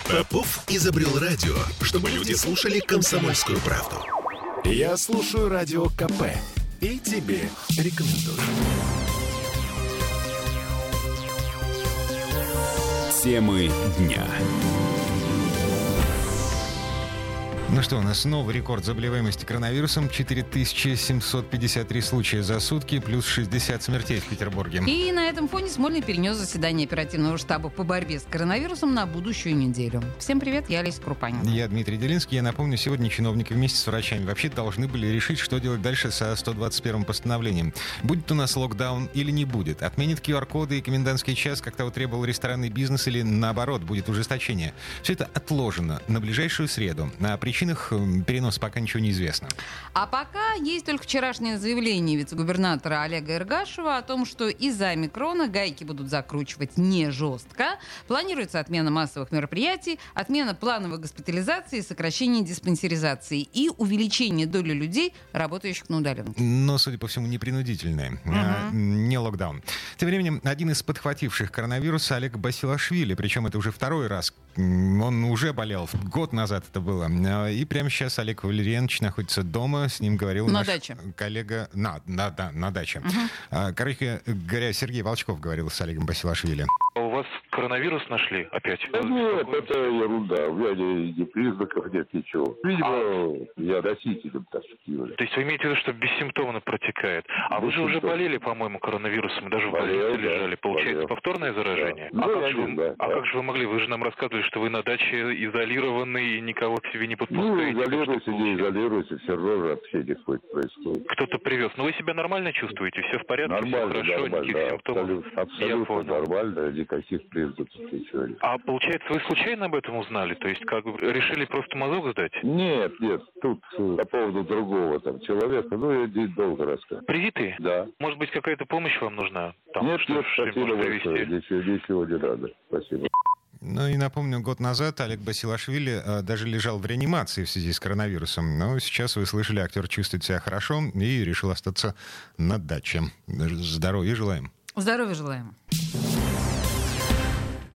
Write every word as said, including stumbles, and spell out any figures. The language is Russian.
Попов изобрел радио, чтобы люди слушали «Комсомольскую правду». Я слушаю Радио КП и тебе рекомендую. Темы дня. Ну что, у нас новый рекорд заболеваемости коронавирусом. четыре тысячи семьсот пятьдесят три случая за сутки, плюс шестьдесят смертей в Петербурге. И на этом фоне Смольный перенес заседание оперативного штаба по борьбе с коронавирусом на будущую неделю. Всем привет, я Олеся Крупанина. Я Дмитрий Делинский. Я напомню, сегодня чиновники вместе с врачами вообще должны были решить, что делать дальше со сто двадцать первым постановлением. Будет у нас локдаун или не будет? Отменит ку ар коды и комендантский час, как того требовал ресторанный бизнес, или наоборот, будет ужесточение? Все это отложено на ближайшую среду. На причинах переноса пока ничего не известно. А пока есть только вчерашнее заявление вице-губернатора Олега Эргашева о том, что из-за омикрона гайки будут закручивать не жестко. Планируется отмена массовых мероприятий, отмена плановой госпитализации, сокращение диспансеризации и увеличение доли людей, работающих на удаленке. Но, судя по всему, не принудительное, uh-huh. а, не локдаун. Тем временем, один из подхвативших коронавирус Олег Басилашвили, причем это уже второй раз, он уже болел, год назад это было. И прямо сейчас Олег Валерьянович находится дома, с ним говорил на наш даче. коллега... На, на, да, на даче. Uh-huh. Короче говоря, Сергей Волчков говорил с Олегом Басилашвили. У вас коронавирус нашли опять? Да нет, это ерунда. У меня ни, ни признаков нет, ничего. Видимо, а... я носителем, так сказать. То есть вы имеете в виду, что бессимптомно протекает? А вы же уже болели, по-моему, коронавирусом, даже в больнице лежали. Получается, болел. Повторное заражение? Ну, а как, же один, вы, да, а да. как же вы могли? Вы же нам рассказывали, что вы на даче изолированы и никого к себе не подпускаете. Ну, изолируйся, не изолируйся, все равно же общение какое-то происходит. Кто-то привез. Но вы себя нормально чувствуете? Все в порядке? Нормально, все хорошо? нормально, никаких да, симптомов? абсолютно, абсолютно нормально, никаких признаков. А получается, вы случайно об этом узнали? То есть, как решили просто мазок сдать? Нет, нет, тут по поводу другого там человека, ну, я долго рассказываю. Привитые? Да. Может быть, какая-то помощь вам нужна? Там, нет, что, нет, спасибо большое, ничего, ничего не надо, спасибо. Ну и напомню, год назад Олег Басилашвили э, даже лежал в реанимации в связи с коронавирусом. Но сейчас вы слышали, актер чувствует себя хорошо и решил остаться на даче. Здоровья желаем. Здоровья желаем.